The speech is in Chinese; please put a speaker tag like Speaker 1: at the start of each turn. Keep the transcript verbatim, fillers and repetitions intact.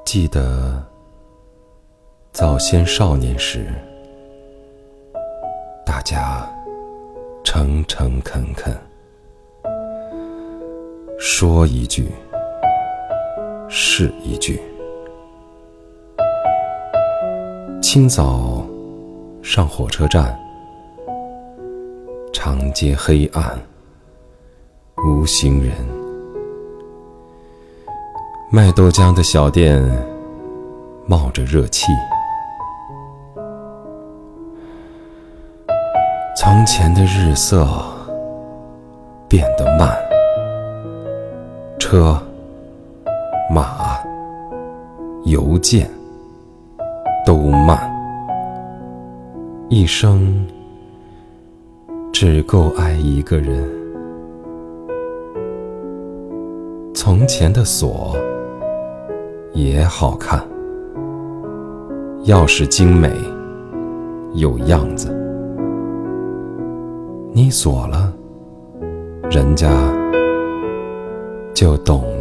Speaker 1: 记得早先少年时，大家诚诚恳恳，说一句是一句。清早上火车站，长街黑暗无行人，卖豆浆的小店冒着热气。从前的日色变得慢，车马邮件都慢，一生只够爱一个人。从前的锁也好看，钥匙精美有样子，你锁了，人家就懂